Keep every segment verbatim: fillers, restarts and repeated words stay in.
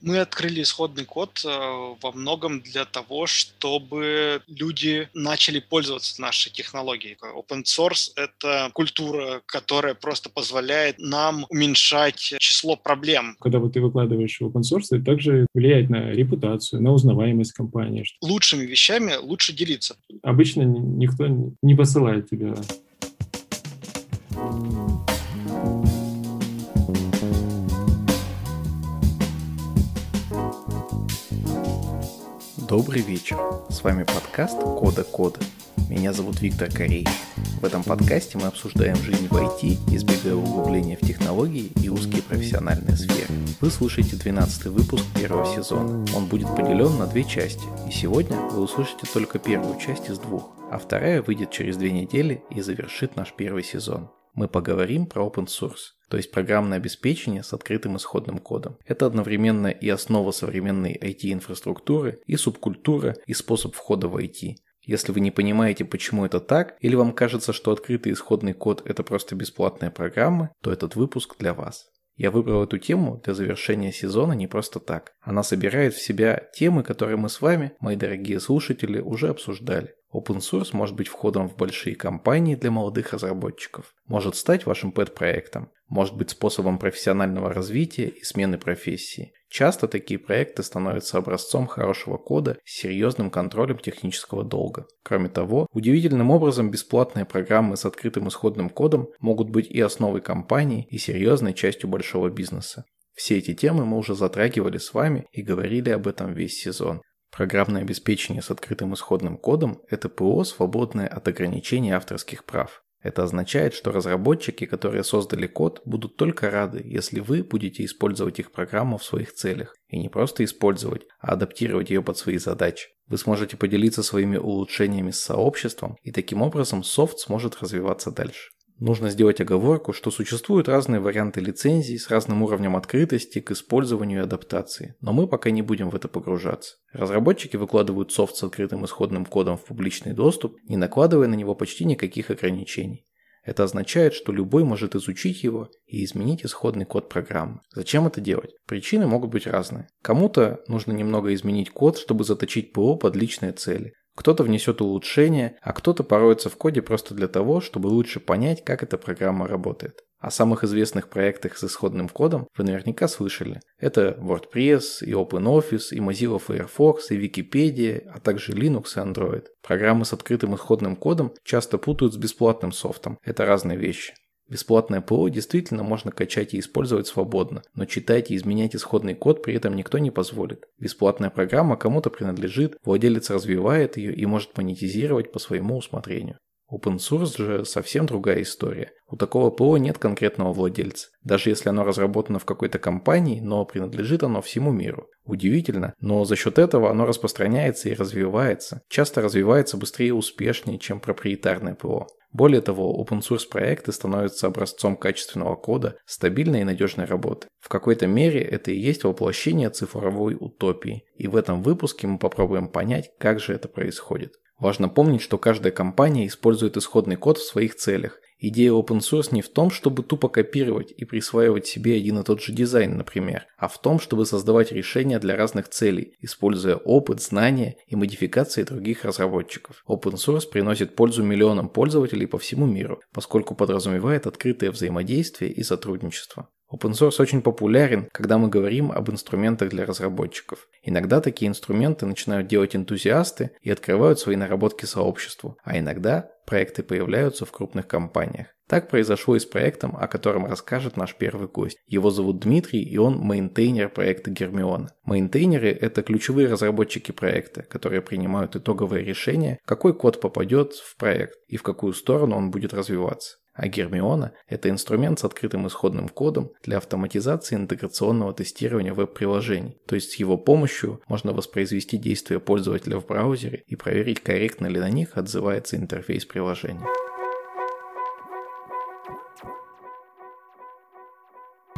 Мы открыли исходный код э, во многом для того, чтобы люди начали пользоваться нашей технологией. Open source — это культура, которая просто позволяет нам уменьшать число проблем. Когда вот ты выкладываешь в open source, это также влияет на репутацию, на узнаваемость компании. Лучшими вещами лучше делиться. Обычно никто не посылает тебя. Добрый вечер. С вами подкаст Кода Кода. Меня зовут Виктор Корей. В этом подкасте мы обсуждаем жизнь в ай ти, избегая углубления в технологии и узкие профессиональные сферы. Вы слушаете двенадцатый выпуск первого сезона. Он будет поделен на две части, и сегодня вы услышите только первую часть из двух, а вторая выйдет через две недели и завершит наш первый сезон. Мы поговорим про open source, то есть программное обеспечение с открытым исходным кодом. Это одновременно и основа современной ай ти-инфраструктуры, и субкультура, и способ входа в ай ти. Если вы не понимаете, почему это так, или вам кажется, что открытый исходный код – это просто бесплатная программа, то этот выпуск для вас. Я выбрал эту тему для завершения сезона не просто так. Она собирает в себя темы, которые мы с вами, мои дорогие слушатели, уже обсуждали. Open source может быть входом в большие компании для молодых разработчиков, может стать вашим пэт-проектом, может быть способом профессионального развития и смены профессии. Часто такие проекты становятся образцом хорошего кода с серьезным контролем технического долга. Кроме того, удивительным образом бесплатные программы с открытым исходным кодом могут быть и основой компании, и серьезной частью большого бизнеса. Все эти темы мы уже затрагивали с вами и говорили об этом весь сезон. Программное обеспечение с открытым исходным кодом – это ПО, свободное от ограничений авторских прав. Это означает, что разработчики, которые создали код, будут только рады, если вы будете использовать их программу в своих целях. И не просто использовать, а адаптировать ее под свои задачи. Вы сможете поделиться своими улучшениями с сообществом, и таким образом софт сможет развиваться дальше. Нужно сделать оговорку, что существуют разные варианты лицензий с разным уровнем открытости к использованию и адаптации, но мы пока не будем в это погружаться. Разработчики выкладывают софт с открытым исходным кодом в публичный доступ, не накладывая на него почти никаких ограничений. Это означает, что любой может изучить его и изменить исходный код программы. Зачем это делать? Причины могут быть разные. Кому-то нужно немного изменить код, чтобы заточить ПО под личные цели. Кто-то внесет улучшения, а кто-то пороется в коде просто для того, чтобы лучше понять, как эта программа работает. О самых известных проектах с исходным кодом вы наверняка слышали. Это WordPress, и OpenOffice, и Mozilla Firefox, и Wikipedia, а также Linux и Android. Программы с открытым исходным кодом часто путают с бесплатным софтом. Это разные вещи. Бесплатное ПО действительно можно качать и использовать свободно, но читать и изменять исходный код при этом никто не позволит. Бесплатная программа кому-то принадлежит, владелец развивает ее и может монетизировать по своему усмотрению. Open source же совсем другая история. У такого ПО нет конкретного владельца. Даже если оно разработано в какой-то компании, но принадлежит оно всему миру. Удивительно, но за счет этого оно распространяется и развивается. Часто развивается быстрее и успешнее, чем проприетарное ПО. Более того, open source проекты становятся образцом качественного кода, стабильной и надежной работы. В какой-то мере это и есть воплощение цифровой утопии. И в этом выпуске мы попробуем понять, как же это происходит. Важно помнить, что каждая компания использует исходный код в своих целях. Идея open source не в том, чтобы тупо копировать и присваивать себе один и тот же дизайн, например, а в том, чтобы создавать решения для разных целей, используя опыт, знания и модификации других разработчиков. Open source приносит пользу миллионам пользователей по всему миру, поскольку подразумевает открытое взаимодействие и сотрудничество. Open source очень популярен, когда мы говорим об инструментах для разработчиков. Иногда такие инструменты начинают делать энтузиасты и открывают свои наработки сообществу, а иногда проекты появляются в крупных компаниях. Так произошло и с проектом, о котором расскажет наш первый гость. Его зовут Дмитрий, и он мейнтейнер проекта Гермиона. Мейнтейнеры – это ключевые разработчики проекта, которые принимают итоговые решения, какой код попадет в проект и в какую сторону он будет развиваться. А Гермиона – это инструмент с открытым исходным кодом для автоматизации интеграционного тестирования веб-приложений. То есть с его помощью можно воспроизвести действия пользователя в браузере и проверить, корректно ли на них отзывается интерфейс приложения.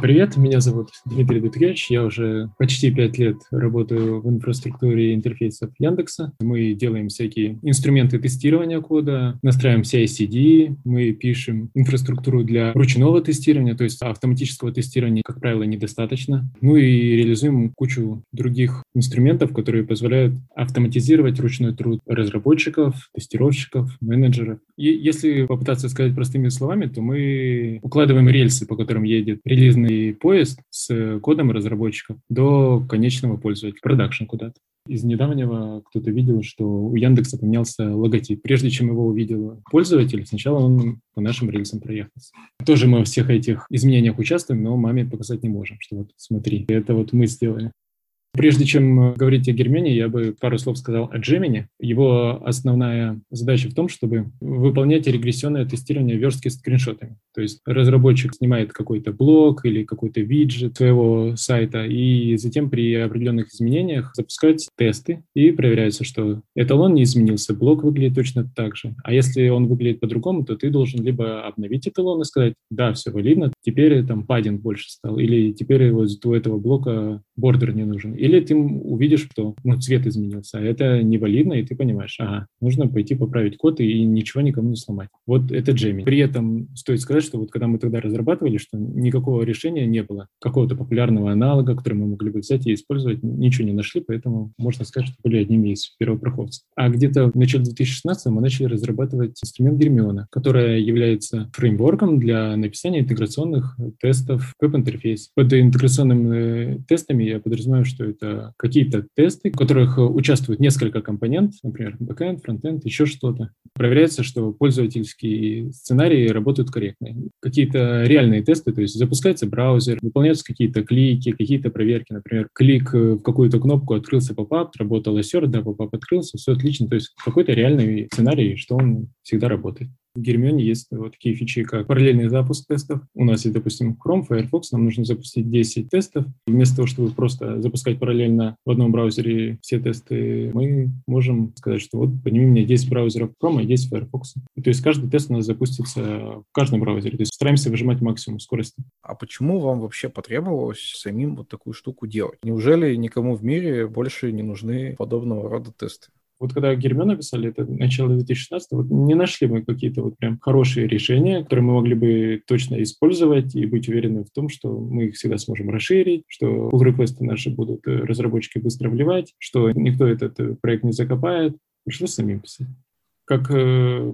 Привет, меня зовут Дмитрий Дудкевич. Я уже почти пять лет работаю в инфраструктуре интерфейсов Яндекса. Мы делаем всякие инструменты тестирования кода, настраиваем си ай си ди, мы пишем инфраструктуру для ручного тестирования, то есть автоматического тестирования, как правило, недостаточно. Ну и реализуем кучу других инструментов, которые позволяют автоматизировать ручной труд разработчиков, тестировщиков, менеджеров. И если попытаться сказать простыми словами, то мы укладываем рельсы, по которым едет релизный поезд с кодом разработчиков до конечного пользователя, продакшн куда-то. Из недавнего кто-то видел, что у Яндекса поменялся логотип. Прежде чем его увидел пользователь, сначала он по нашим рельсам проехался. Тоже мы во всех этих изменениях участвуем, но маме показать не можем, что вот смотри, это вот мы сделали. Прежде чем говорить о Гермионе, я бы пару слов сказал о Gemini. Его основная задача в том, чтобы выполнять регрессионное тестирование верстки с скриншотами. То есть разработчик снимает какой-то блок или какой-то виджет своего сайта, и затем при определенных изменениях запускать тесты, и проверяется, что эталон не изменился, блок выглядит точно так же. А если он выглядит по-другому, то ты должен либо обновить эталон и сказать, да, все валидно, теперь там паддинг больше стал, или теперь вот у этого блока бордер не нужен. Или ты увидишь, что ну, цвет изменился, а это невалидно, и ты понимаешь, ага, нужно пойти поправить код и ничего никому не сломать. Вот это Gemini. При этом стоит сказать, что вот когда мы тогда разрабатывали, что никакого решения не было, какого-то популярного аналога, который мы могли бы взять и использовать, ничего не нашли, поэтому можно сказать, что были одними из первопроходцев. А где-то в начале две тысячи шестнадцатого мы начали разрабатывать инструмент Гермиона, который является фреймворком для написания интеграционных тестов в веб-интерфейсе. Под интеграционными тестами я подразумеваю, что это какие-то тесты, в которых участвуют несколько компонентов, например, бэкэнд, фронтенд, еще что-то. Проверяется, что пользовательские сценарии работают корректно. Какие-то реальные тесты, то есть запускается браузер, выполняются какие-то клики, какие-то проверки. Например, клик в какую-то кнопку, открылся поп-ап, работал ассерт, да, поп-ап открылся, все отлично. То есть какой-то реальный сценарий, что он всегда работает. В Гермионе есть вот такие фичи, как параллельный запуск тестов. У нас есть, допустим, Chrome, Firefox, нам нужно запустить десять тестов. И вместо того, чтобы просто запускать параллельно в одном браузере все тесты, мы можем сказать, что вот подними мне десять браузеров Chrome и десять Firefox. И то есть каждый тест у нас запустится в каждом браузере. То есть стараемся выжимать максимум скорости. А почему вам вообще потребовалось самим вот такую штуку делать? Неужели никому в мире больше не нужны подобного рода тесты? Вот когда Гермиона писали, это начало две тысячи шестнадцатого, вот не нашли мы какие-то вот прям хорошие решения, которые мы могли бы точно использовать и быть уверены в том, что мы их всегда сможем расширить, что pull-реквесты наши будут разработчики быстро вливать, что никто этот проект не закопает. Пришлось самим писать. Как э,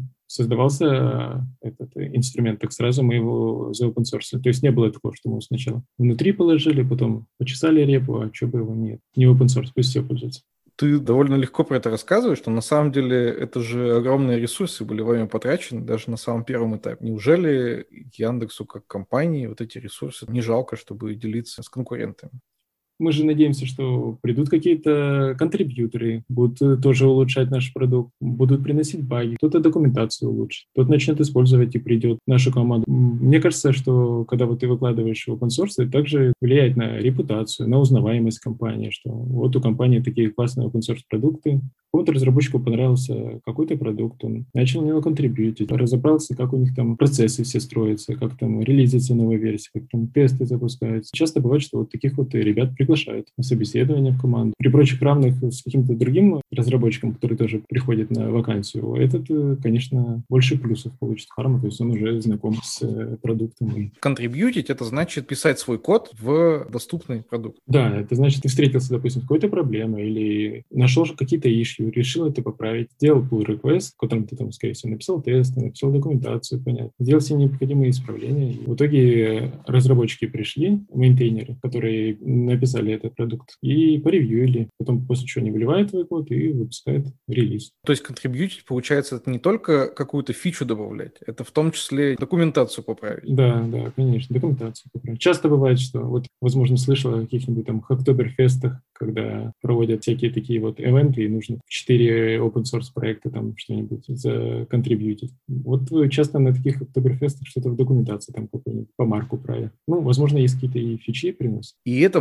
создавался этот инструмент, так сразу мы его заопенсорсили. То есть не было такого, что мы сначала внутри положили, потом почесали репу, а что бы его нет. Не open source, пусть все пользуются. Ты довольно легко про это рассказываешь, но на самом деле это же огромные ресурсы были вами потрачены даже на самом первом этапе. Неужели Яндексу как компании вот эти ресурсы не жалко, чтобы делиться с конкурентами? Мы же надеемся, что придут какие-то контрибьюторы, будут тоже улучшать наш продукт, будут приносить баги, кто-то документацию улучшит, кто-то начнет использовать и придет в нашу команду. Мне кажется, что когда вот ты выкладываешь в open source, это также влияет на репутацию, на узнаваемость компании, что вот у компании такие классные open source продукты, какому-то разработчику понравился какой-то продукт, он начал на него контрибьютить, разобрался, как у них там процессы все строятся, как там релизятся новые версии, как там тесты запускаются. Часто бывает, что вот таких вот ребят приглашают на собеседование в команду. При прочих равных с каким-то другим разработчиком, который тоже приходит на вакансию, этот, конечно, больше плюсов получит харма, то есть он уже знаком с продуктом. Контрибьютить — это значит писать свой код в доступный продукт. Да, это значит, ты встретился, допустим, с какой-то проблемой или нашел какие-то issue, решил это поправить, сделал pull request, в котором ты там, скорее всего, написал тесты, написал документацию, понятно, сделал все необходимые исправления. И в итоге разработчики пришли, мейнтейнеры, которые написали этот продукт, и поревьюили. Потом, после чего они выливают твой код и выпускают релиз. То есть контрибьютить, получается, это не только какую-то фичу добавлять, это в том числе документацию поправить. Да, да, конечно, документацию поправить. Часто бывает, что, вот, возможно, слышал о каких-нибудь там хактоберфестах, когда проводят всякие такие вот ивенты, и нужно четыре open source проекта там что-нибудь законтрибьютить. Вот часто на таких хактоберфестах что-то в документации там какую-нибудь помарку правят. Ну, возможно, есть какие-то и фичи приносят. И это может сделать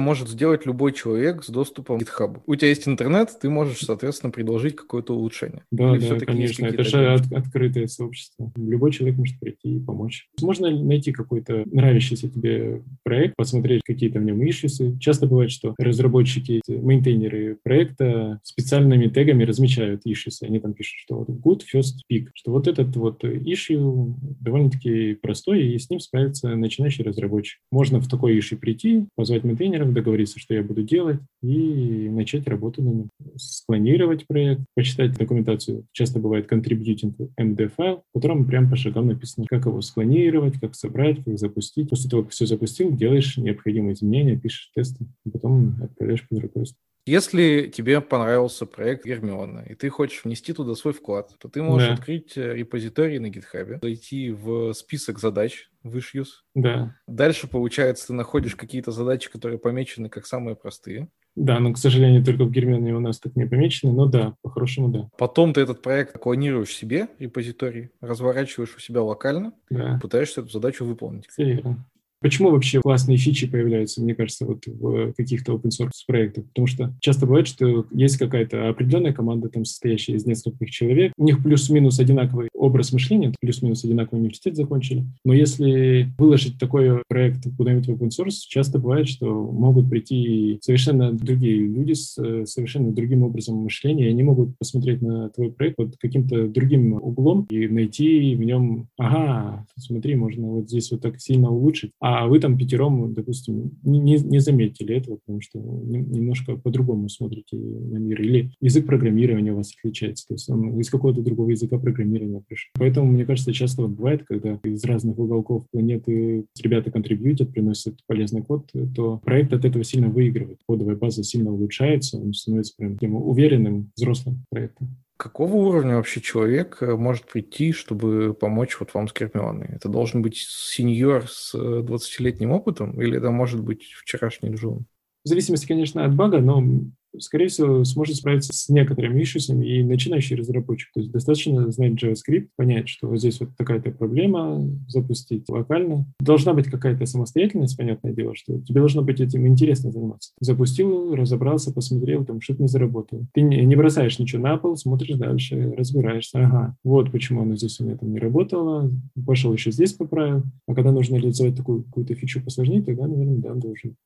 сделать любой человек с доступом к GitHub. У тебя есть интернет, ты можешь, соответственно, предложить какое-то улучшение. Да, Или да, конечно, это же от, открытое сообщество. Любой человек может прийти и помочь. Можно найти какой-то нравящийся тебе проект, посмотреть какие-то в нем ишьюсы. Часто бывает, что разработчики, мейнтейнеры проекта специальными тегами размечают ишьюсы. Они там пишут, что вот good first pick, что вот этот вот issue довольно-таки простой, и с ним справится начинающий разработчик. Можно в такой issue прийти, позвать мейнтейнеров, договориться, что я буду делать, и начать работу на нем. Склонировать проект, почитать документацию. Часто бывает contributing эм ди файл, в котором прям по шагам написано, как его склонировать, как собрать, как запустить. После того, как все запустил, делаешь необходимые изменения, пишешь тесты, и потом отправляешь под репост. Если тебе понравился проект Гермиона, и ты хочешь внести туда свой вклад, то ты можешь да. открыть репозиторий на GitHub, зайти в список задач в issues. Да. Дальше, получается, ты находишь какие-то задачи, которые помечены как самые простые. Да, но, к сожалению, только в Гермионе у нас так не помечены, но да, по-хорошему да. Потом ты этот проект клонируешь себе, репозиторий, разворачиваешь у себя локально, да. пытаешься эту задачу выполнить. Все верно. Почему вообще классные фичи появляются, мне кажется, вот в каких-то open-source проектах? Потому что часто бывает, что есть какая-то определенная команда, там, состоящая из нескольких человек, у них плюс-минус одинаковый образ мышления, плюс-минус одинаковый университет закончили, но если выложить такой проект куда-нибудь в open-source, часто бывает, что могут прийти совершенно другие люди с совершенно другим образом мышления, и они могут посмотреть на твой проект под каким-то другим углом и найти в нем, ага, смотри, можно вот здесь вот так сильно улучшить, а вы там пятером, допустим, не, не заметили этого, потому что немножко по-другому смотрите на мир. Или язык программирования у вас отличается, то есть он из какого-то другого языка программирования пришел. Поэтому, мне кажется, часто вот бывает, когда из разных уголков планеты ребята контрибьютят, приносят полезный код, то проект от этого сильно выигрывает. Кодовая база сильно улучшается, он становится прям таким уверенным, взрослым проектом. Какого уровня вообще человек может прийти, чтобы помочь вот вам с Гермионой? Это должен быть сеньор с двадцатилетним опытом или это может быть вчерашний джун? В зависимости, конечно, от бага, но, скорее всего, сможет справиться с некоторыми ишьюсами и начинающий разработчик. То есть достаточно знать JavaScript, понять, что вот здесь вот такая-то проблема, запустить локально. Должна быть какая-то самостоятельность, понятное дело, что тебе должно быть этим интересно заниматься. Запустил, разобрался, посмотрел, там что-то не заработало. Ты не, не бросаешь ничего на пол, смотришь дальше, разбираешься. Ага, вот почему оно здесь у меня там не работало. Пошел еще здесь поправил. А когда нужно реализовать такую какую-то фичу посложнее, тогда, наверное, да, должен.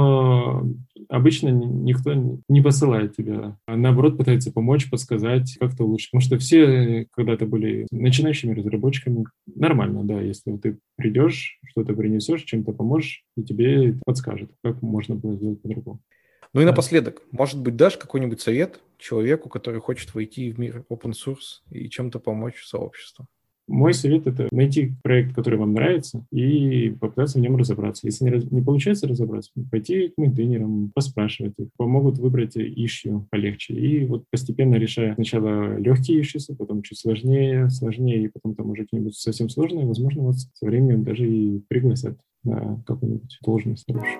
Но обычно никто не посылает тебя, а наоборот пытается помочь, подсказать, как-то лучше. Потому что все когда-то были начинающими разработчиками. Нормально, да, если ты придешь, что-то принесешь, чем-то поможешь, и тебе подскажут, как можно было сделать по-другому. Ну и напоследок, может быть, дашь какой-нибудь совет человеку, который хочет войти в мир open source и чем-то помочь сообществу? Мой совет – это найти проект, который вам нравится, и попытаться в нем разобраться. Если не, раз, не получается разобраться, пойти к мейнтейнерам, поспрашивать их, помогут выбрать ишью полегче. И вот постепенно решая сначала легкие ишью, потом чуть сложнее, сложнее, и потом там уже какие-нибудь совсем сложные, возможно, вас со временем даже и пригласят на какую-нибудь должность хорошую.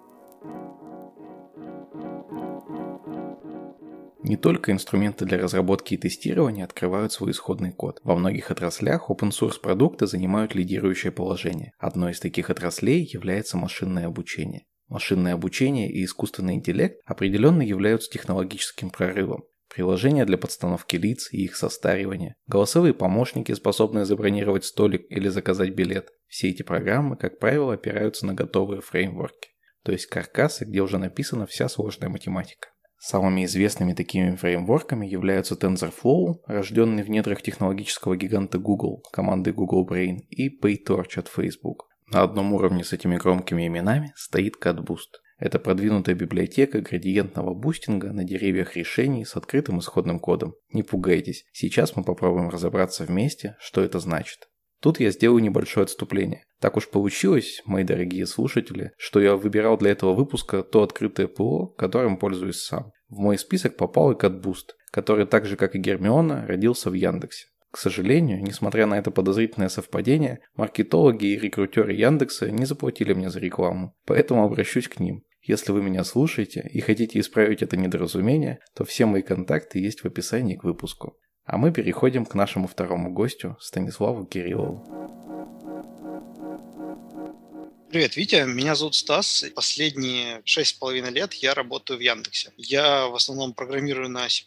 Не только инструменты для разработки и тестирования открывают свой исходный код. Во многих отраслях open-source продукты занимают лидирующее положение. Одной из таких отраслей является машинное обучение. Машинное обучение и искусственный интеллект определенно являются технологическим прорывом. Приложения для подстановки лиц и их состаривания, голосовые помощники, способные забронировать столик или заказать билет. Все эти программы, как правило, опираются на готовые фреймворки, то есть каркасы, где уже написана вся сложная математика. Самыми известными такими фреймворками являются TensorFlow, рожденный в недрах технологического гиганта Google, команды Google Brain, и PyTorch от Facebook. На одном уровне с этими громкими именами стоит CatBoost. Это продвинутая библиотека градиентного бустинга на деревьях решений с открытым исходным кодом. Не пугайтесь, сейчас мы попробуем разобраться вместе, что это значит. Тут я сделаю небольшое отступление. Так уж получилось, мои дорогие слушатели, что я выбирал для этого выпуска то открытое ПО, которым пользуюсь сам. В мой список попал и CatBoost, который так же, как и Гермиона, родился в Яндексе. К сожалению, несмотря на это подозрительное совпадение, маркетологи и рекрутеры Яндекса не заплатили мне за рекламу, поэтому обращусь к ним. Если вы меня слушаете и хотите исправить это недоразумение, то все мои контакты есть в описании к выпуску. А мы переходим к нашему второму гостю, Станиславу Кириллову. Привет, Витя. Меня зовут Стас. Последние шесть с половиной лет я работаю в Яндексе. Я в основном программирую на C++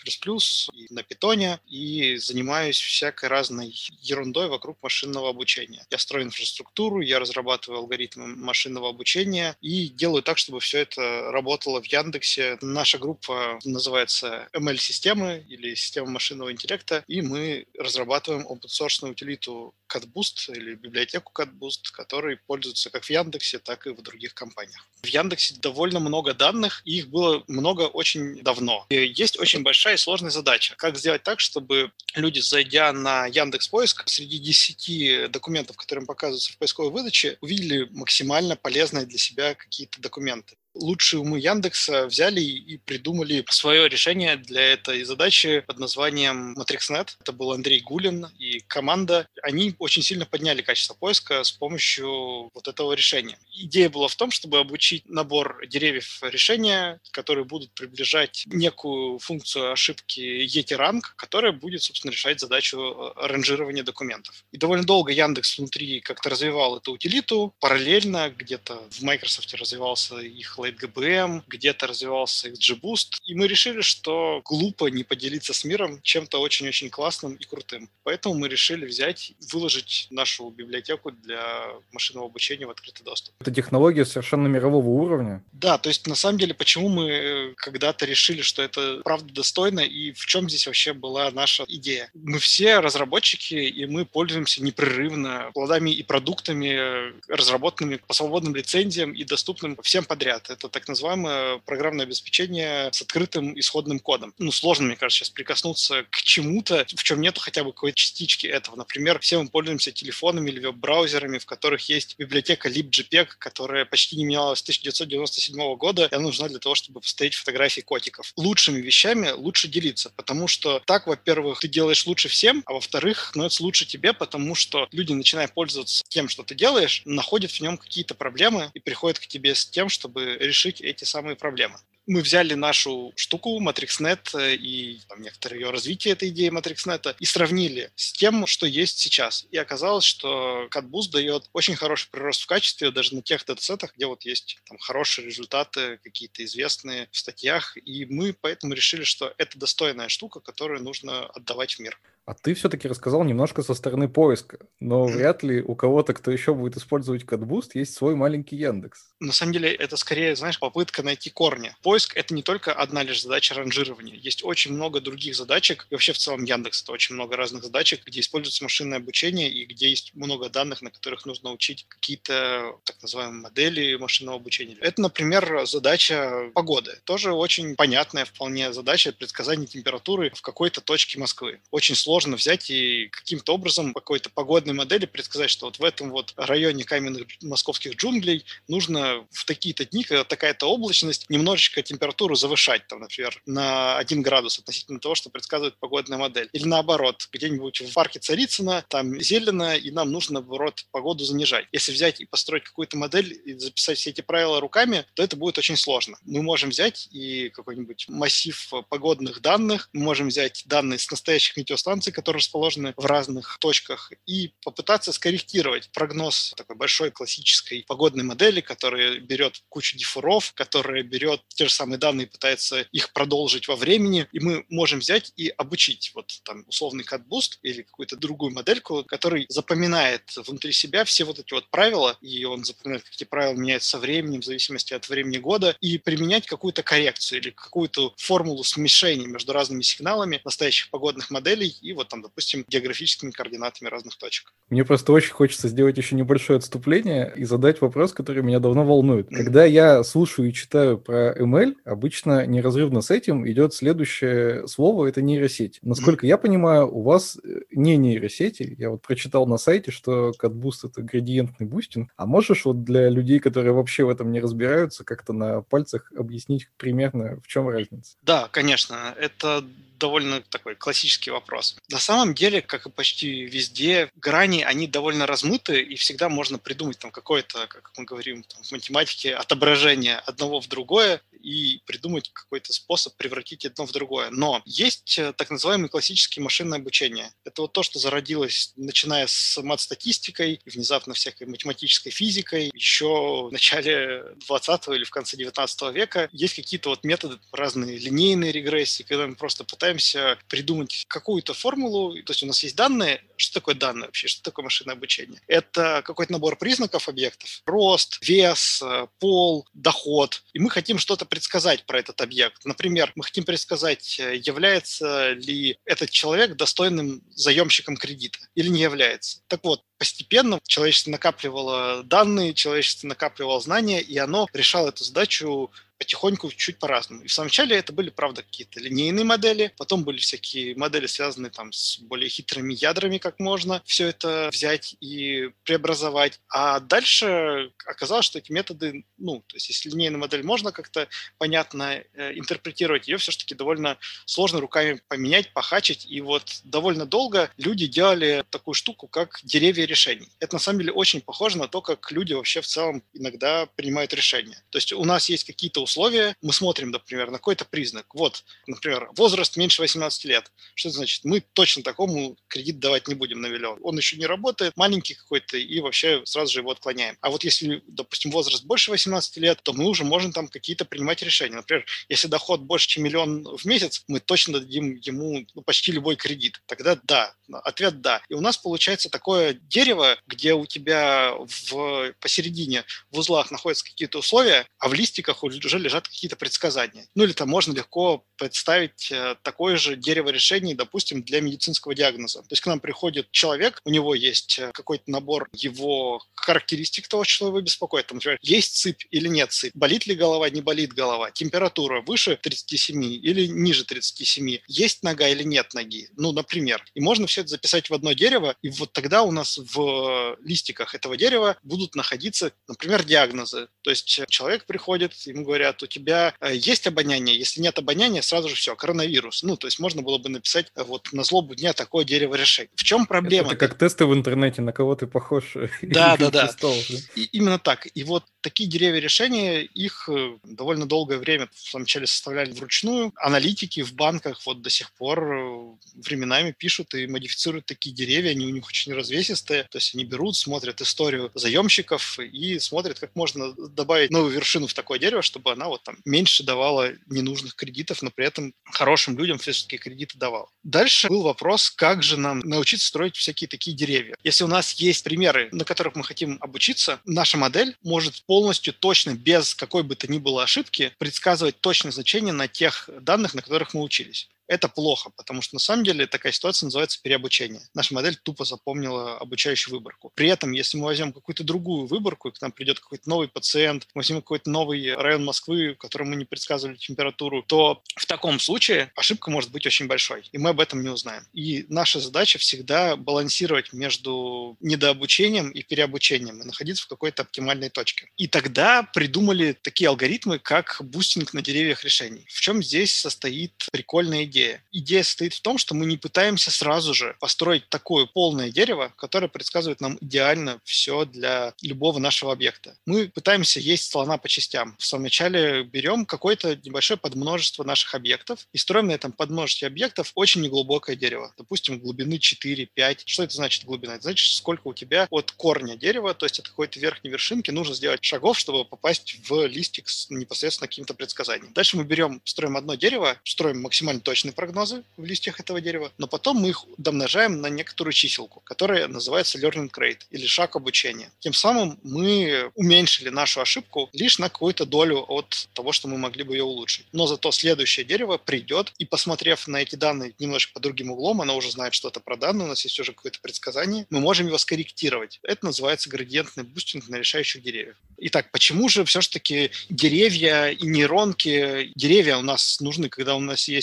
и на Python и занимаюсь всякой разной ерундой вокруг машинного обучения. Я строю инфраструктуру, я разрабатываю алгоритмы машинного обучения и делаю так, чтобы все это работало в Яндексе. Наша группа называется эм эл-системы или система машинного интеллекта, и мы разрабатываем open-source утилиту CodeBoost или библиотеку CodeBoost, который пользуется как в Яндексе, так и в других компаниях. В Яндексе довольно много данных, и их было много очень давно. И есть очень большая и сложная задача. Как сделать так, чтобы люди, зайдя на Яндекс.Поиск, среди десяти документов, которые им показываются в поисковой выдаче, увидели максимально полезные для себя какие-то документы. Лучшие умы Яндекса взяли и придумали свое решение для этой задачи под названием MatrixNet. Это был Андрей Гулин и команда. Они очень сильно подняли качество поиска с помощью вот этого решения. Идея была в том, чтобы обучить набор деревьев решения, которые будут приближать некую функцию ошибки yeti-rank, которая будет, собственно, решать задачу ранжирования документов. И довольно долго Яндекс внутри как-то развивал эту утилиту. Параллельно где-то в Microsoft развивался их LightGBM, где-то развивался XGBoost, и мы решили, что глупо не поделиться с миром чем-то очень-очень классным и крутым. Поэтому мы решили взять и выложить нашу библиотеку для машинного обучения в открытый доступ. Это технология совершенно мирового уровня. Да, то есть на самом деле, почему мы когда-то решили, что это правда достойно, и в чем здесь вообще была наша идея? Мы все разработчики, и мы пользуемся непрерывно плодами и продуктами, разработанными по свободным лицензиям и доступным всем подряд. Это так называемое программное обеспечение с открытым исходным кодом. Ну, сложно, мне кажется, сейчас прикоснуться к чему-то, в чем нету хотя бы какой-то частички этого. Например, все мы пользуемся телефонами или веб-браузерами, в которых есть библиотека libjpeg, которая почти не менялась с тысяча девятьсот девяносто седьмого года, и она нужна для того, чтобы поставить фотографии котиков. Лучшими вещами лучше делиться, потому что так, во-первых, ты делаешь лучше всем, а во-вторых, становится лучше тебе, потому что люди, начиная пользоваться тем, что ты делаешь, находят в нем какие-то проблемы и приходят к тебе с тем, чтобы решить эти самые проблемы. Мы взяли нашу штуку MatrixNet и там, некоторое ее развитие этой идеи MatrixNet и сравнили с тем, что есть сейчас. И оказалось, что CodeBoost дает очень хороший прирост в качестве даже на тех датасетах, где вот есть там хорошие результаты, какие-то известные в статьях. И мы поэтому решили, что это достойная штука, которую нужно отдавать в мир. А ты все-таки рассказал немножко со стороны поиска, но вряд ли у кого-то, кто еще будет использовать CodeBoost, есть свой маленький Яндекс. На самом деле это скорее, знаешь, попытка найти корни. Поиск — это не только одна лишь задача ранжирования. Есть очень много других задачек, и вообще в целом Яндекс — это очень много разных задачек, где используется машинное обучение и где есть много данных, на которых нужно учить какие-то так называемые модели машинного обучения. Это, например, задача погоды. Тоже очень понятная вполне задача предсказания температуры в какой-то точке Москвы. Очень сложно Сложно взять и каким-то образом по какой-то погодной модели предсказать, что вот в этом вот районе каменных московских джунглей нужно в такие-то дни, когда такая-то облачность, немножечко температуру завышать, там, например, на один градус относительно того, что предсказывает погодная модель. Или наоборот, где-нибудь в парке Царицына, там зелено, и нам нужно, наоборот, погоду занижать. Если взять и построить какую-то модель и записать все эти правила руками, то это будет очень сложно. Мы можем взять и какой-нибудь массив погодных данных, мы можем взять данные с настоящих метеостанций, которые расположены в разных точках, и попытаться скорректировать прогноз такой большой классической погодной модели, которая берет кучу диффуров, которая берет те же самые данные и пытается их продолжить во времени, и мы можем взять и обучить вот там условный CodeBoost или какую-то другую модельку, который запоминает внутри себя все вот эти вот правила, и он запоминает, как эти правила меняются со временем, в зависимости от времени года, и применять какую-то коррекцию или какую-то формулу смешения между разными сигналами настоящих погодных моделей и вот там, допустим, географическими координатами разных точек. Мне просто очень хочется сделать еще небольшое отступление и задать вопрос, который меня давно волнует. Mm-hmm. Когда я слушаю и читаю про эм эл, обычно неразрывно с этим идет следующее слово – это нейросеть. Насколько mm-hmm. я понимаю, у вас не нейросети. Я вот прочитал на сайте, что CodeBoost – это градиентный бустинг. А можешь вот для людей, которые вообще в этом не разбираются, как-то на пальцах объяснить примерно, в чем разница? Да, конечно. Это довольно такой классический вопрос. На самом деле, как и почти везде, грани, они довольно размыты, и всегда можно придумать там какое-то, как мы говорим там, в математике, отображение одного в другое и придумать какой-то способ превратить одно в другое. Но есть так называемое классическое машинное обучение. Это вот то, что зародилось, начиная с мат-статистикой, внезапно всякой математической физикой, еще в начале двадцатого или в конце девятнадцатого века. Есть какие-то вот методы, разные линейные регрессии, когда мы просто пытаемся придумать какую-то формулу. То есть у нас есть данные. Что такое данные вообще? Что такое машинное обучение? Это какой-то набор признаков объектов. Рост, вес, пол, доход. И мы хотим что-то предсказать про этот объект. Например, мы хотим предсказать, является ли этот человек достойным заемщиком кредита или не является. Так вот, постепенно человечество накапливало данные, человечество накапливало знания, и оно решало эту задачу потихоньку чуть по-разному. И в самом начале это были, правда, какие-то линейные модели, потом были всякие модели, связанные там с более хитрыми ядрами, как можно все это взять и преобразовать. А дальше оказалось, что эти методы, ну, то есть если линейную модель можно как-то понятно э, интерпретировать, ее все-таки довольно сложно руками поменять, похачить. И вот довольно долго люди делали такую штуку, как деревья решений. Это на самом деле очень похоже на то, как люди вообще в целом иногда принимают решения. То есть у нас есть какие-то условия, мы смотрим, например, на какой-то признак. Вот, например, возраст меньше восемнадцати лет. Что это значит? Мы точно такому кредит давать не будем на миллион. Он еще не работает, маленький какой-то, и вообще сразу же его отклоняем. А вот если, допустим, возраст больше восемнадцати лет, то мы уже можем там какие-то принимать решения. Например, если доход больше, чем миллион в месяц, мы точно дадим ему ну, почти любой кредит. Тогда да. Ответ да. И у нас получается такое дерево, где у тебя в, посередине в узлах находятся какие-то условия, а в листиках уже лежат какие-то предсказания. Ну или там можно легко представить э, такое же дерево решений, допустим, для медицинского диагноза. То есть к нам приходит человек, у него есть э, какой-то набор его характеристик того, что его беспокоит. Там, например, есть сыпь или нет сыпь, болит ли голова, не болит голова, температура выше тридцати семи или ниже тридцати семи, есть нога или нет ноги, ну, например. И можно все это записать в одно дерево, и вот тогда у нас в листиках этого дерева будут находиться, например, диагнозы. То есть человек приходит, ему говорят, у тебя есть обоняние, если нет обоняния, сразу же все, коронавирус. Ну, то есть можно было бы написать вот на злобу дня такое дерево решений. В чем проблема? Это как тесты в интернете, на кого ты похож. Да, да, да. И именно так. И вот такие деревья решения, их довольно долгое время в самом начале составляли вручную. Аналитики в банках вот до сих пор временами пишут и модифицируют такие деревья, они у них очень развесистые, то есть они берут, смотрят историю заемщиков и смотрят, как можно добавить новую вершину в такое дерево, чтобы она вот там меньше давала ненужных кредитов, но при этом хорошим людям все-таки кредиты давала. Дальше был вопрос, как же нам научиться строить всякие такие деревья. Если у нас есть примеры, на которых мы хотим обучиться, наша модель может полностью точно, без какой бы то ни было ошибки, предсказывать точное значение на тех данных, на которых мы учились. Это плохо, потому что на самом деле такая ситуация называется переобучение. Наша модель тупо запомнила обучающую выборку. При этом, если мы возьмем какую-то другую выборку, и к нам придет какой-то новый пациент, мы возьмем какой-то новый район Москвы, в котором мы не предсказывали температуру, то в таком случае ошибка может быть очень большой, и мы об этом не узнаем. И наша задача всегда балансировать между недообучением и переобучением и находиться в какой-то оптимальной точке. И тогда придумали такие алгоритмы, как бустинг на деревьях решений. В чем здесь состоит прикольная идея? Идея. Идея состоит в том, что мы не пытаемся сразу же построить такое полное дерево, которое предсказывает нам идеально все для любого нашего объекта. Мы пытаемся есть слона по частям. В самом начале берем какое-то небольшое подмножество наших объектов и строим на этом подмножестве объектов очень неглубокое дерево. Допустим, глубины четыре-пять. Что это значит глубина? Это значит, сколько у тебя от корня дерева, то есть от какой-то верхней вершинки, нужно сделать шагов, чтобы попасть в листик с непосредственно каким-то предсказанием. Дальше мы берем, строим одно дерево, строим максимально точно прогнозы в листьях этого дерева, но потом мы их домножаем на некоторую чиселку, которая называется learning rate или шаг обучения. Тем самым мы уменьшили нашу ошибку лишь на какую-то долю от того, что мы могли бы ее улучшить. Но зато следующее дерево придет и, посмотрев на эти данные немножко под другим углом, оно уже знает что-то про данные, у нас есть уже какое-то предсказание, мы можем его скорректировать. Это называется градиентный бустинг на решающих деревьях. Итак, почему же все-таки деревья и нейронки, деревья у нас нужны, когда у нас есть данные,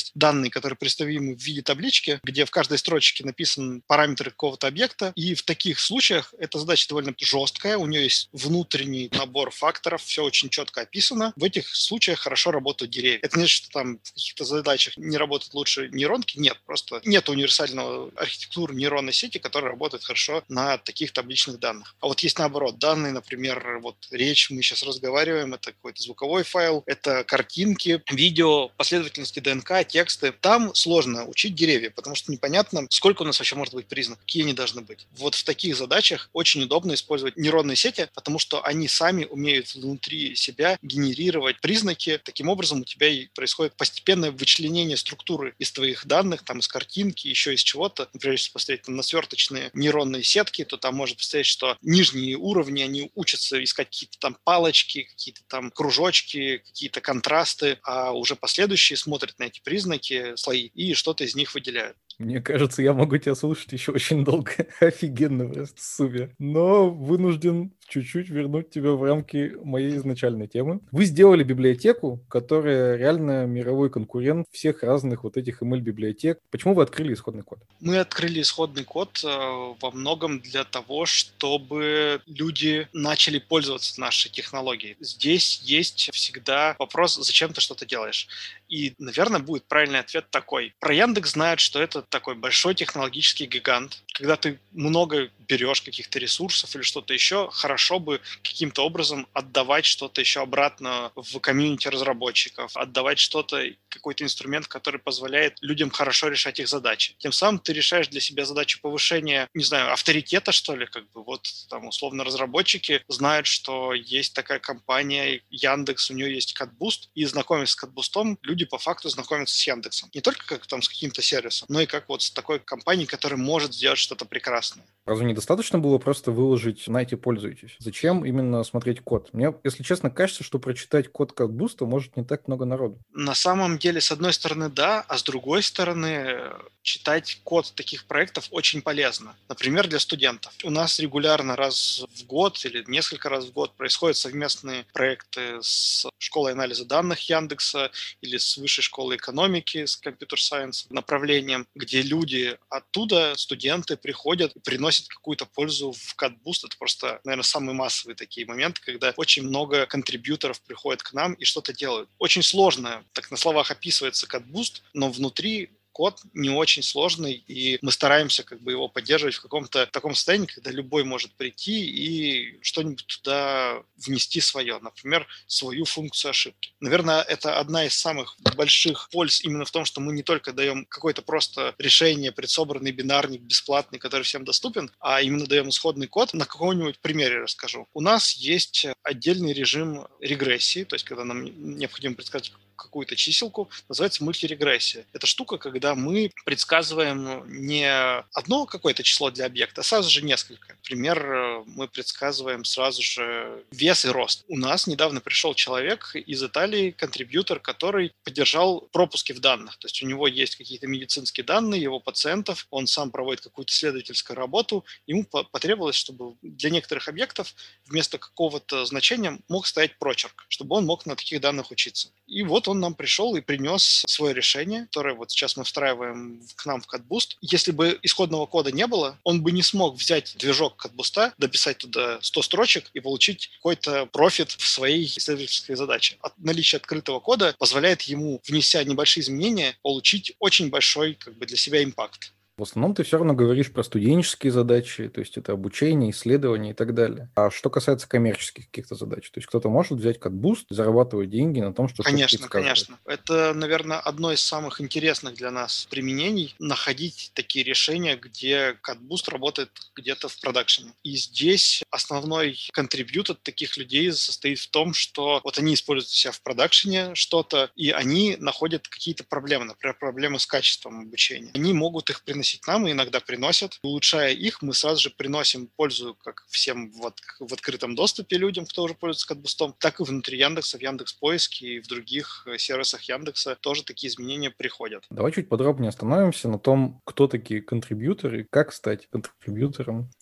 которые представимы в виде таблички, где в каждой строчке написан параметры какого-то объекта. И в таких случаях эта задача довольно жесткая, у нее есть внутренний набор факторов, все очень четко описано. В этих случаях хорошо работают деревья. Это не значит, что там в каких-то задачах не работают лучше нейронки. Нет, просто нет универсального архитектуры нейронной сети, которая работает хорошо на таких табличных данных. А вот есть наоборот данные, например, вот речь, мы сейчас разговариваем, это какой-то звуковой файл, это картинки, видео, последовательности ДНК, тексты. Там сложно учить деревья, потому что непонятно, сколько у нас вообще может быть признаков, какие они должны быть. Вот в таких задачах очень удобно использовать нейронные сети, потому что они сами умеют внутри себя генерировать признаки. Таким образом, у тебя и происходит постепенное вычленение структуры из твоих данных, там, из картинки, еще из чего-то. Например, если посмотреть там, на сверточные нейронные сетки, то там можно посмотреть, что нижние уровни, они учатся искать какие-то там палочки, какие-то там кружочки, какие-то контрасты, а уже последующие смотрят на эти признаки, слои, и что-то из них выделяют. Мне кажется, я могу тебя слушать еще очень долго. Офигенно, просто супер. Но вынужден чуть-чуть вернуть тебя в рамки моей изначальной темы. Вы сделали библиотеку, которая реально мировой конкурент всех разных вот этих эм эль-библиотек. Почему вы открыли исходный код? Мы открыли исходный код э, во многом для того, чтобы люди начали пользоваться нашей технологией. Здесь есть всегда вопрос, зачем ты что-то делаешь. И, наверное, будет правильный ответ такой. Про Яндекс знают, что это такой большой технологический гигант. Когда ты много берешь каких-то ресурсов или что-то еще, хорошо бы каким-то образом отдавать что-то еще обратно в комьюнити разработчиков, отдавать что-то, какой-то инструмент, который позволяет людям хорошо решать их задачи. Тем самым ты решаешь для себя задачу повышения, не знаю, авторитета, что ли, как бы вот там условно разработчики знают, что есть такая компания Яндекс, у нее есть CodeBoost, и знакомясь с CodeBoost'ом, люди по факту знакомятся с Яндексом. Не только как там с каким-то сервисом, но и как вот с такой компанией, которая может сделать что-то прекрасное. Разве недостаточно было просто выложить «Знаете, пользуйтесь»? Зачем именно смотреть код? Мне, если честно, кажется, что прочитать код CodeBoost может не так много народу. На самом деле, с одной стороны, да, а с другой стороны, читать код таких проектов очень полезно. Например, для студентов. У нас регулярно раз в год или несколько раз в год происходят совместные проекты с школой анализа данных Яндекса или с высшей школой экономики, с Computer Science направлением, где люди оттуда, студенты, приходят и приносят какую-то пользу в CodeBoost. Это просто, наверное, самые массовые такие моменты, когда очень много контрибьюторов приходят к нам и что-то делают. Очень сложно, так на словах описывается CodeBoost, но внутри код не очень сложный, и мы стараемся как бы его поддерживать в каком-то таком состоянии, когда любой может прийти и что-нибудь туда внести свое, например, свою функцию ошибки. Наверное, это одна из самых больших польз именно в том, что мы не только даем какое-то просто решение, предсобранный бинарник бесплатный, который всем доступен, а именно даем исходный код. На каком-нибудь примере расскажу. У нас есть отдельный режим регрессии, то есть когда нам необходимо предсказать какую-то чиселку, называется мультирегрессия. Это штука, когда мы предсказываем не одно какое-то число для объекта, а сразу же несколько. Например, мы предсказываем сразу же вес и рост. У нас недавно пришел человек из Италии, контрибьютор, который поддержал пропуски в данных. То есть у него есть какие-то медицинские данные, его пациентов, он сам проводит какую-то исследовательскую работу. Ему потребовалось, чтобы для некоторых объектов вместо какого-то значения мог стоять прочерк, чтобы он мог на таких данных учиться. И вот он нам пришел и принес свое решение, которое вот сейчас мы встраиваем к нам в CodeBoost. Если бы исходного кода не было, он бы не смог взять движок CodeBoost, дописать туда сто строчек и получить какой-то профит в своей исследовательской задаче. От наличия открытого кода позволяет ему, внеся небольшие изменения, получить очень большой как бы, для себя импакт. В основном ты все равно говоришь про студенческие задачи, то есть это обучение, исследование и так далее. А что касается коммерческих каких-то задач, то есть кто-то может взять CodeBoost, зарабатывать деньги на том, что Конечно, что-то предсказывает. конечно. Это, наверное, одно из самых интересных для нас применений — находить такие решения, где CodeBoost работает где-то в продакшене. И здесь основной контрибьютор таких людей состоит в том, что вот они используют у себя в продакшене что-то, и они находят какие-то проблемы, например, проблемы с качеством обучения. Они могут их приносить нам и иногда приносят. Улучшая их, мы сразу же приносим пользу как всем в, от, в открытом доступе людям, кто уже пользуется CodeBoost'ом, так и внутри Яндекса, в Яндекс.Поиске и в других сервисах Яндекса тоже такие изменения приходят. Давай чуть подробнее остановимся на том, кто такие контрибьюторы и как стать контрибьютором.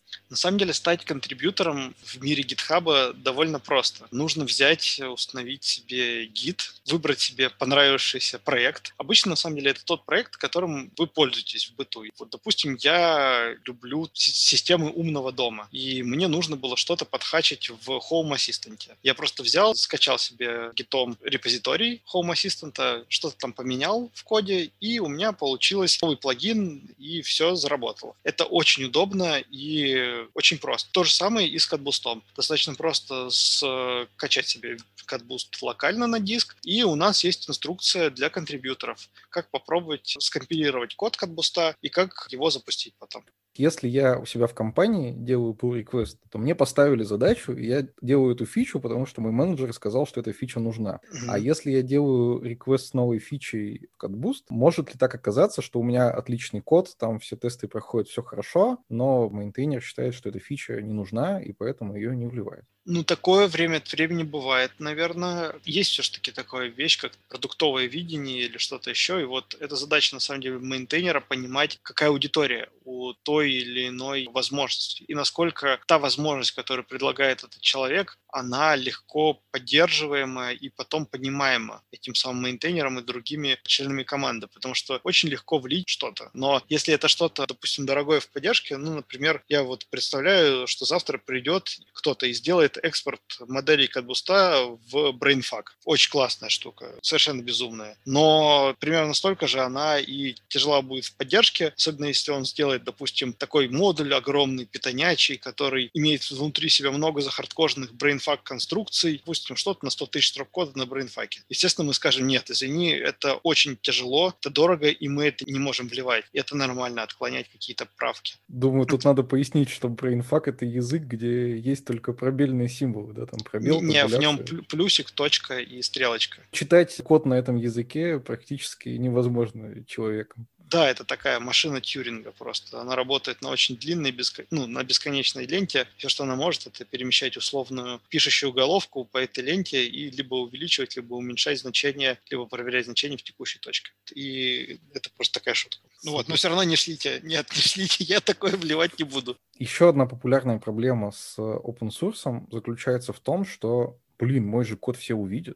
На самом деле стать контрибьютором в мире GitHub довольно просто. Нужно взять, установить себе гид, выбрать себе понравившийся проект. Обычно, на самом деле, это тот проект, которым вы пользуетесь в быту. Вот, допустим, я люблю системы умного дома, и мне нужно было что-то подхачить в Home Assistant. Я просто взял, скачал себе гитом репозиторий Home Assistant, что-то там поменял в коде, и у меня получилось новый плагин, и все заработало. Это очень удобно и очень просто. То же самое и с CatBoost. Достаточно просто скачать себе CatBoost локально на диск, и у нас есть инструкция для контрибьюторов, как попробовать скомпилировать код CatBoost и как его запустить потом. Если я у себя в компании делаю pull request, то мне поставили задачу, и я делаю эту фичу, потому что мой менеджер сказал, что эта фича нужна. Mm-hmm. А если я делаю request с новой фичей в CatBoost, может ли так оказаться, что у меня отличный код, там все тесты проходят, все хорошо, но мейнтейнер считает, что эта фича не нужна, и поэтому ее не вливает? Ну, такое время от времени бывает, наверное. Есть все-таки такая вещь, как продуктовое видение или что-то еще. И вот эта задача, на самом деле, мейнтейнера понимать, какая аудитория у той или иной возможности. И насколько та возможность, которую предлагает этот человек, она легко поддерживаема и потом понимаема этим самым мейнтейнером и другими членами команды. Потому что очень легко влить что-то. Но если это что-то, допустим, дорогое в поддержке, ну, например, я вот представляю, что завтра придет кто-то и сделает экспорт моделей CatBoost в BrainFuck. Очень классная штука, совершенно безумная. Но примерно столько же она и тяжела будет в поддержке, особенно если он сделает, допустим, такой модуль огромный, питонячий, который имеет внутри себя много захардкоженных BrainFuck конструкций, допустим, что-то на сто тысяч строк кода на BrainFuck. Естественно, мы скажем, нет, извини, это очень тяжело, это дорого, и мы это не можем вливать. И это нормально, отклонять какие-то правки. Думаю, тут надо пояснить, что BrainFuck — это язык, где есть только пробельные символы, да, там пробел, Не, в нем плюсик, точка и стрелочка. Читать код на этом языке практически невозможно человеком. Да, это такая машина Тьюринга просто. Она работает на очень длинной, беско... ну, на бесконечной ленте. Все, что она может, это перемещать условную пишущую головку по этой ленте и либо увеличивать, либо уменьшать значение, либо проверять значение в текущей точке. И это просто такая шутка. Ну вот, но все равно не шлите. Нет, не шлите, я такое вливать не буду. Еще одна популярная проблема с open source заключается в том, что, блин, мой же код все увидят.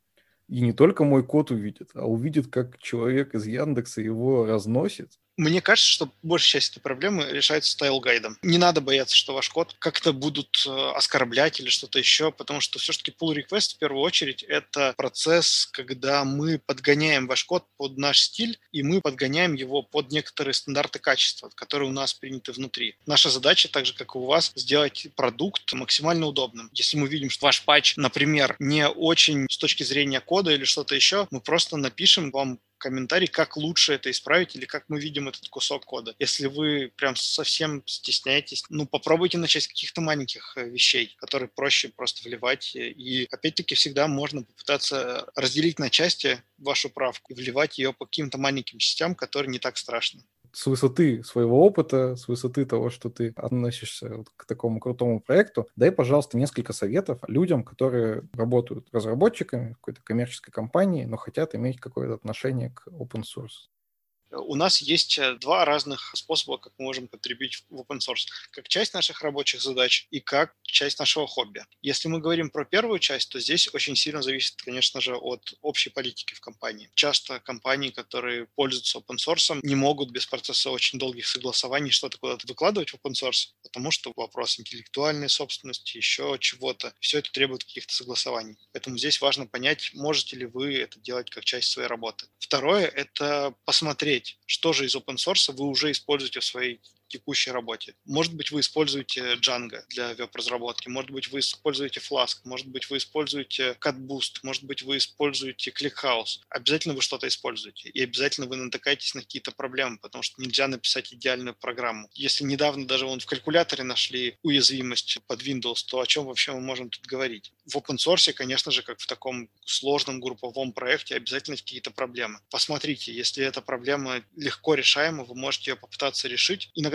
И не только мой код увидит, а увидит, как человек из Яндекса его разносит. Мне кажется, что большая часть этой проблемы решается стайл-гайдом. Не надо бояться, что ваш код как-то будут оскорблять или что-то еще, потому что все-таки pull request в первую очередь это процесс, когда мы подгоняем ваш код под наш стиль, и мы подгоняем его под некоторые стандарты качества, которые у нас приняты внутри. Наша задача, так же как и у вас, сделать продукт максимально удобным. Если мы видим, что ваш патч, например, не очень с точки зрения кода или что-то еще, мы просто напишем вам комментарий, как лучше это исправить или как мы видим этот кусок кода. Если вы прям совсем стесняетесь, ну, попробуйте начать с каких-то маленьких вещей, которые проще просто вливать. И, опять-таки, всегда можно попытаться разделить на части вашу правку и вливать ее по каким-то маленьким частям, которые не так страшны. С высоты своего опыта, с высоты того, что ты относишься вот к такому крутому проекту, дай, пожалуйста, несколько советов людям, которые работают разработчиками в какой-то коммерческой компании, но хотят иметь какое-то отношение к open source. У нас есть два разных способа, как мы можем потребить в open source. Как часть наших рабочих задач и как часть нашего хобби. Если мы говорим про первую часть, то здесь очень сильно зависит, конечно же, от общей политики в компании. Часто компании, которые пользуются open source, не могут без процесса очень долгих согласований что-то куда-то выкладывать в open source, потому что вопрос интеллектуальной собственности, еще чего-то, все это требует каких-то согласований. Поэтому здесь важно понять, можете ли вы это делать как часть своей работы. Второе – это посмотреть, что же из open source вы уже используете в своей текущей работе. Может быть, вы используете Django для веб-разработки, может быть, вы используете Flask, может быть, вы используете CatBoost, может быть, вы используете ClickHouse. Обязательно вы что-то используете, и обязательно вы натыкаетесь на какие-то проблемы, потому что нельзя написать идеальную программу. Если недавно даже вон в калькуляторе нашли уязвимость под Windows, то о чем вообще мы можем тут говорить? В open source, конечно же, как в таком сложном групповом проекте, обязательно какие-то проблемы. Посмотрите, если эта проблема легко решаема, вы можете ее попытаться решить. Иногда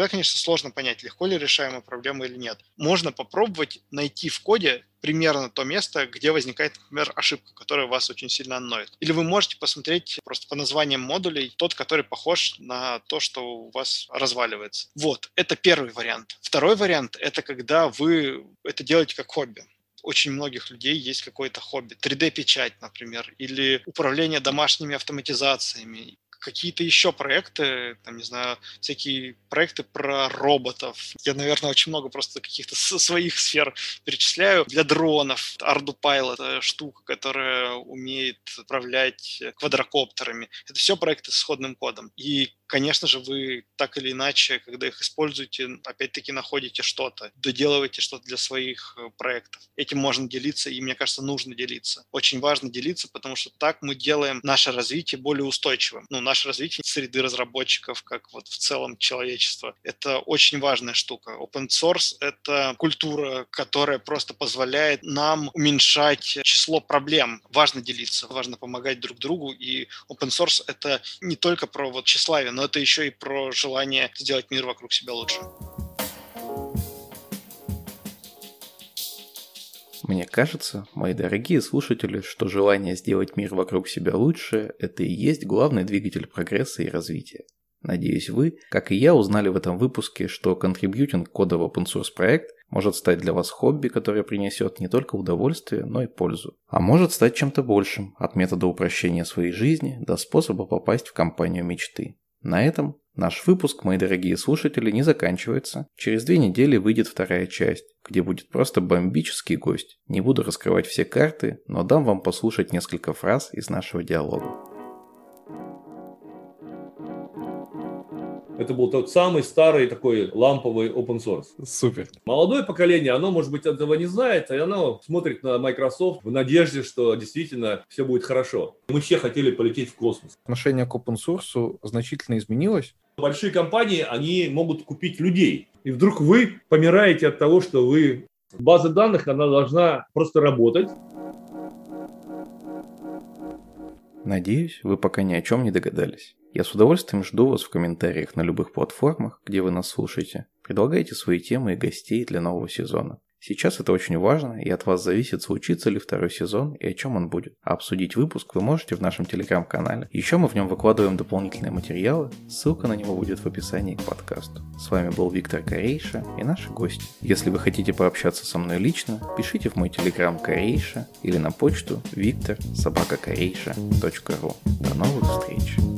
тогда, конечно, сложно понять, легко ли решаемая проблема или нет. Можно попробовать найти в коде примерно то место, где возникает, например, ошибка, которая вас очень сильно анноит. Или вы можете посмотреть просто по названиям модулей тот, который похож на то, что у вас разваливается. Вот, это первый вариант. Второй вариант – это когда вы это делаете как хобби. Очень многих людей есть какое-то хобби. три дэ-печать, например, или управление домашними автоматизациями. Какие-то еще проекты, там, не знаю, всякие проекты про роботов. Я, наверное, очень много просто каких-то своих сфер перечисляю. Для дронов. Ardupilot – это штука, которая умеет управлять квадрокоптерами. Это все проекты с исходным кодом. И, конечно же, вы так или иначе, когда их используете, опять-таки находите что-то, доделываете что-то для своих проектов. Этим можно делиться, и, мне кажется, нужно делиться. Очень важно делиться, потому что так мы делаем наше развитие более устойчивым. Ну, наше развитие среды разработчиков, как вот в целом человечества. Это очень важная штука. Open source — это культура, которая просто позволяет нам уменьшать число проблем. Важно делиться, важно помогать друг другу, и open source — это не только про вот тщеславие, но это еще и про желание сделать мир вокруг себя лучше. Мне кажется, мои дорогие слушатели, что желание сделать мир вокруг себя лучше – это и есть главный двигатель прогресса и развития. Надеюсь, вы, как и я, узнали в этом выпуске, что контрибьютинг кода в open source проект может стать для вас хобби, которое принесет не только удовольствие, но и пользу. А может стать чем-то большим, от метода упрощения своей жизни до способа попасть в компанию мечты. На этом наш выпуск, мои дорогие слушатели, не заканчивается. Через две недели выйдет вторая часть, где будет просто бомбический гость. Не буду раскрывать все карты, но дам вам послушать несколько фраз из нашего диалога. Это был тот самый старый такой ламповый open source. Супер. Молодое поколение, оно, может быть, этого не знает, и оно смотрит на Microsoft в надежде, что действительно все будет хорошо. Мы все хотели полететь в космос. Отношение к open source значительно изменилось. Большие компании, они могут купить людей. И вдруг вы помираете от того, что вы... База данных, она должна просто работать. Надеюсь, вы пока ни о чем не догадались. Я с удовольствием жду вас в комментариях на любых платформах, где вы нас слушаете. Предлагайте свои темы и гостей для нового сезона. Сейчас это очень важно, и от вас зависит, случится ли второй сезон и о чем он будет. А обсудить выпуск вы можете в нашем телеграм-канале. Еще мы в нем выкладываем дополнительные материалы, ссылка на него будет в описании к подкасту. С вами был Виктор Корейша и наши гости. Если вы хотите пообщаться со мной лично, пишите в мой телеграм Корейша или на почту виктор собака корейша точка ру. До новых встреч!